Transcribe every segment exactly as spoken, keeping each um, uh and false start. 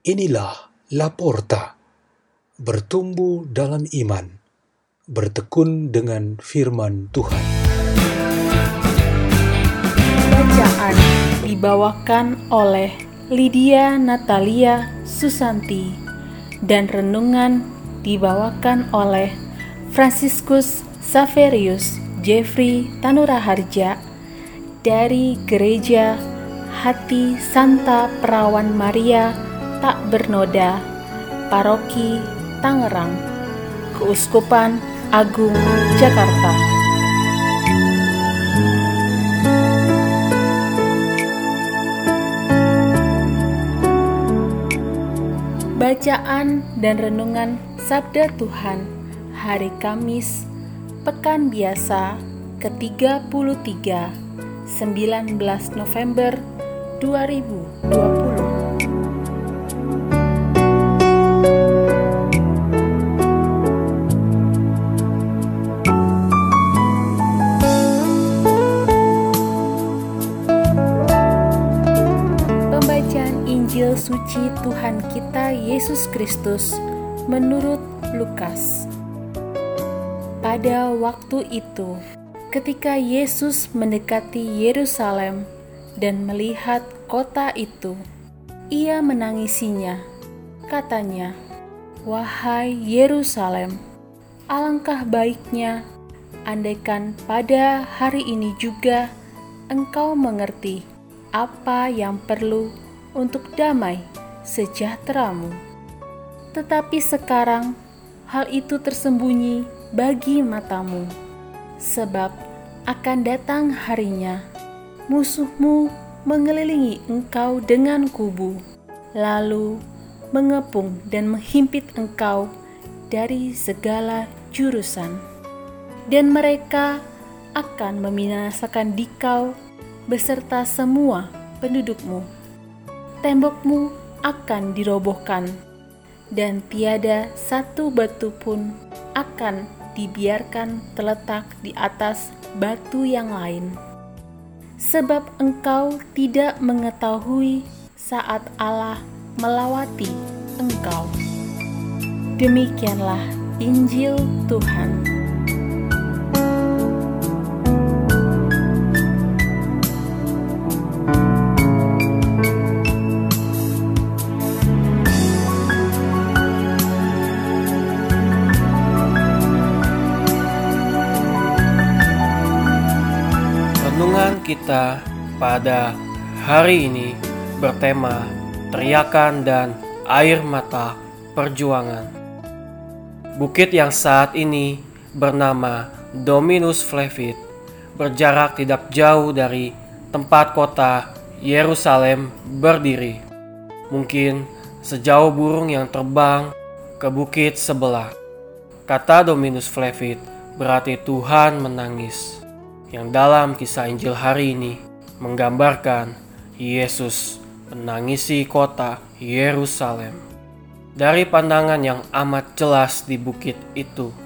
Inilah Laporta, bertumbuh dalam iman, bertekun dengan firman Tuhan. Bacaan dibawakan oleh Lydia Natalia Susanti dan renungan dibawakan oleh Franciscus Saverius Jeffrey Tanuraharja dari Gereja Hati Santa Perawan Maria Tak Bernoda, Paroki Tangerang, Keuskupan Agung Jakarta. Bacaan dan renungan Sabda Tuhan hari Kamis, Pekan Biasa ke tiga puluh tiga, sembilan belas November dua ribu dua puluh. Pembacaan Injil suci Tuhan kita Yesus Kristus menurut Lukas. Pada waktu itu, ketika Yesus mendekati Yerusalem dan melihat kota itu, ia menangisinya. Katanya, "Wahai Yerusalem, alangkah baiknya andaikan pada hari ini juga engkau mengerti apa yang perlu untuk damai sejahteramu. Tetapi sekarang hal itu tersembunyi bagi matamu, sebab akan datang harinya musuhmu mengelilingi engkau dengan kubu, lalu mengepung dan menghimpit engkau dari segala jurusan. Dan mereka akan membinasakan dikau beserta semua pendudukmu. Tembokmu akan dirobohkan, dan tiada satu batu pun akan dibiarkan terletak di atas batu yang lain. Sebab engkau tidak mengetahui saat Allah melawati engkau." Demikianlah Injil Tuhan. Renungan kita pada hari ini bertema teriakan dan air mata perjuangan. Bukit yang saat ini bernama Dominus Flevit berjarak tidak jauh dari tempat kota Yerusalem berdiri. Mungkin sejauh burung yang terbang ke bukit sebelah. Kata Dominus Flevit berarti Tuhan menangis, yang dalam kisah Injil hari ini menggambarkan Yesus menangisi kota Yerusalem. Dari pandangan yang amat jelas di bukit itu,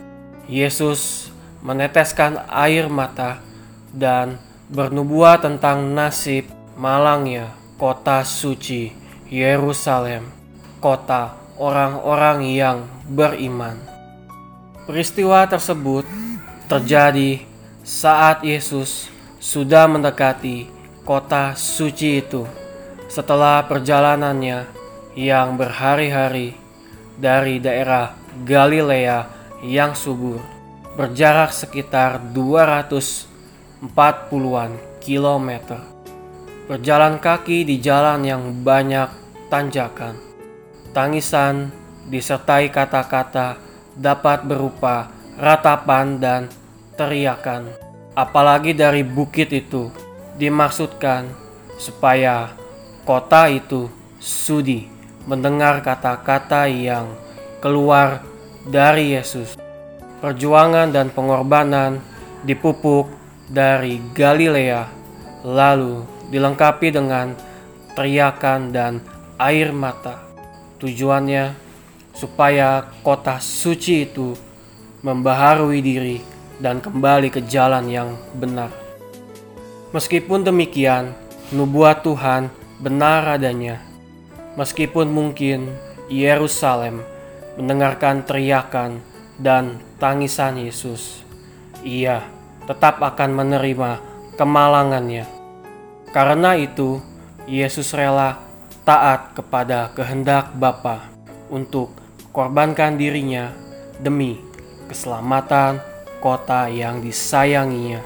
Yesus meneteskan air mata dan bernubuat tentang nasib malangnya kota suci Yerusalem, kota orang-orang yang beriman. Peristiwa tersebut terjadi saat Yesus sudah mendekati kota suci itu setelah perjalanannya yang berhari-hari dari daerah Galilea yang subur, berjarak sekitar dua ratus empat puluhan kilometer. Berjalan kaki di jalan yang banyak tanjakan. Tangisan disertai kata-kata dapat berupa ratapan dan teriakan, apalagi dari bukit itu, dimaksudkan supaya kota itu sudi mendengar kata-kata yang keluar dari Yesus. Perjuangan dan pengorbanan dipupuk dari Galilea, lalu dilengkapi dengan teriakan dan air mata. Tujuannya supaya kota suci itu membaharui diri dan kembali ke jalan yang benar. Meskipun demikian, nubuat Tuhan benar adanya. Meskipun mungkin Yerusalem mendengarkan teriakan dan tangisan Yesus, ia tetap akan menerima kemalangannya. Karena itu, Yesus rela taat kepada kehendak Bapa untuk korbankan dirinya demi keselamatan kota yang disayanginya.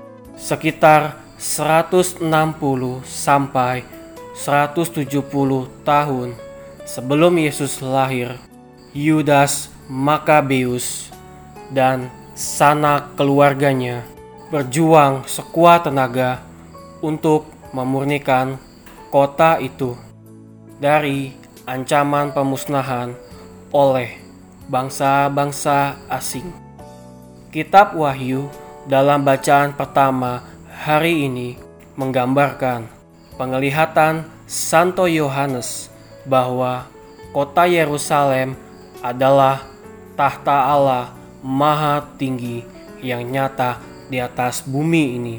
Sekitar seratus enam puluh sampai seratus tujuh puluh tahun sebelum Yesus lahir, Yudas Makabeus dan sanak keluarganya berjuang sekuat tenaga untuk memurnikan kota itu dari ancaman pemusnahan oleh bangsa-bangsa asing. Kitab Wahyu dalam bacaan pertama hari ini menggambarkan penglihatan Santo Yohanes bahwa kota Yerusalem adalah tahta Allah Maha Tinggi yang nyata di atas bumi ini.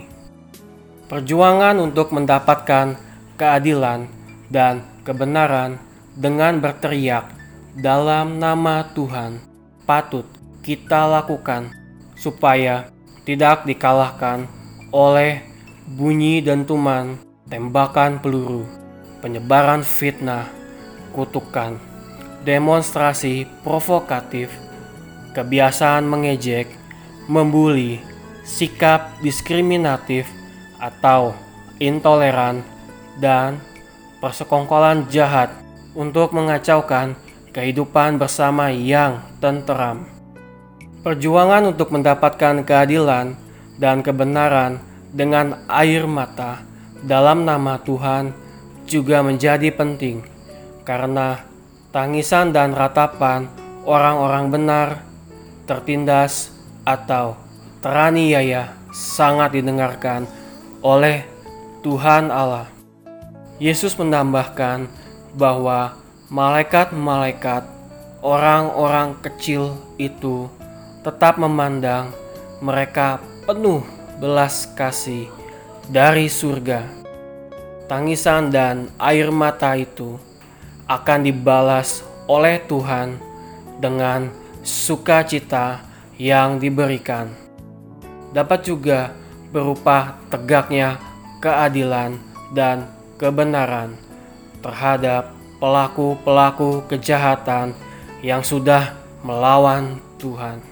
Perjuangan untuk mendapatkan keadilan dan kebenaran dengan berteriak dalam nama Tuhan patut kita lakukan supaya tidak dikalahkan oleh bunyi dentuman, tembakan peluru, penyebaran fitnah, kutukan, demonstrasi provokatif, kebiasaan mengejek, membuli, sikap diskriminatif atau intoleran, dan persekongkolan jahat untuk mengacaukan kehidupan bersama yang tenteram. Perjuangan untuk mendapatkan keadilan dan kebenaran dengan air mata dalam nama Tuhan juga menjadi penting, karena tangisan dan ratapan orang-orang benar, tertindas, atau teraniaya sangat didengarkan oleh Tuhan Allah. Yesus menambahkan bahwa malaikat-malaikat orang-orang kecil itu tetap memandang mereka penuh belas kasih dari surga. Tangisan dan air mata itu akan dibalas oleh Tuhan dengan sukacita yang diberikan. Dapat juga berupa tegaknya keadilan dan kebenaran terhadap pelaku-pelaku kejahatan yang sudah melawan Tuhan.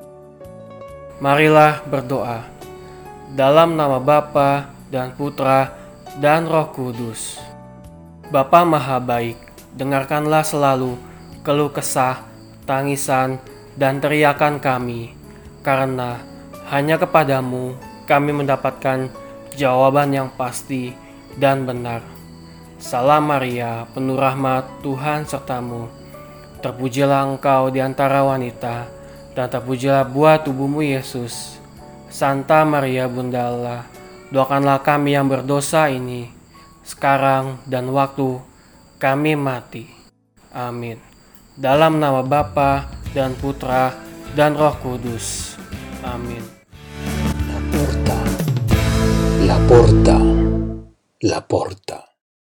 Marilah berdoa. Dalam nama Bapa dan Putra dan Roh Kudus. Bapa Maha Baik, dengarkanlah selalu keluh kesah, tangisan, dan teriakan kami, karena hanya kepadamu kami mendapatkan jawaban yang pasti dan benar. Salam Maria, penuh rahmat, Tuhan sertamu. Terpujilah engkau di antara wanita, dan terpujilah buah tubuhmu Yesus. Santa Maria Bunda Allah, doakanlah kami yang berdosa ini, sekarang dan waktu kami mati. Amin. Dalam nama Bapa dan Putra dan Roh Kudus. Amin. La porta, la porta, la porta.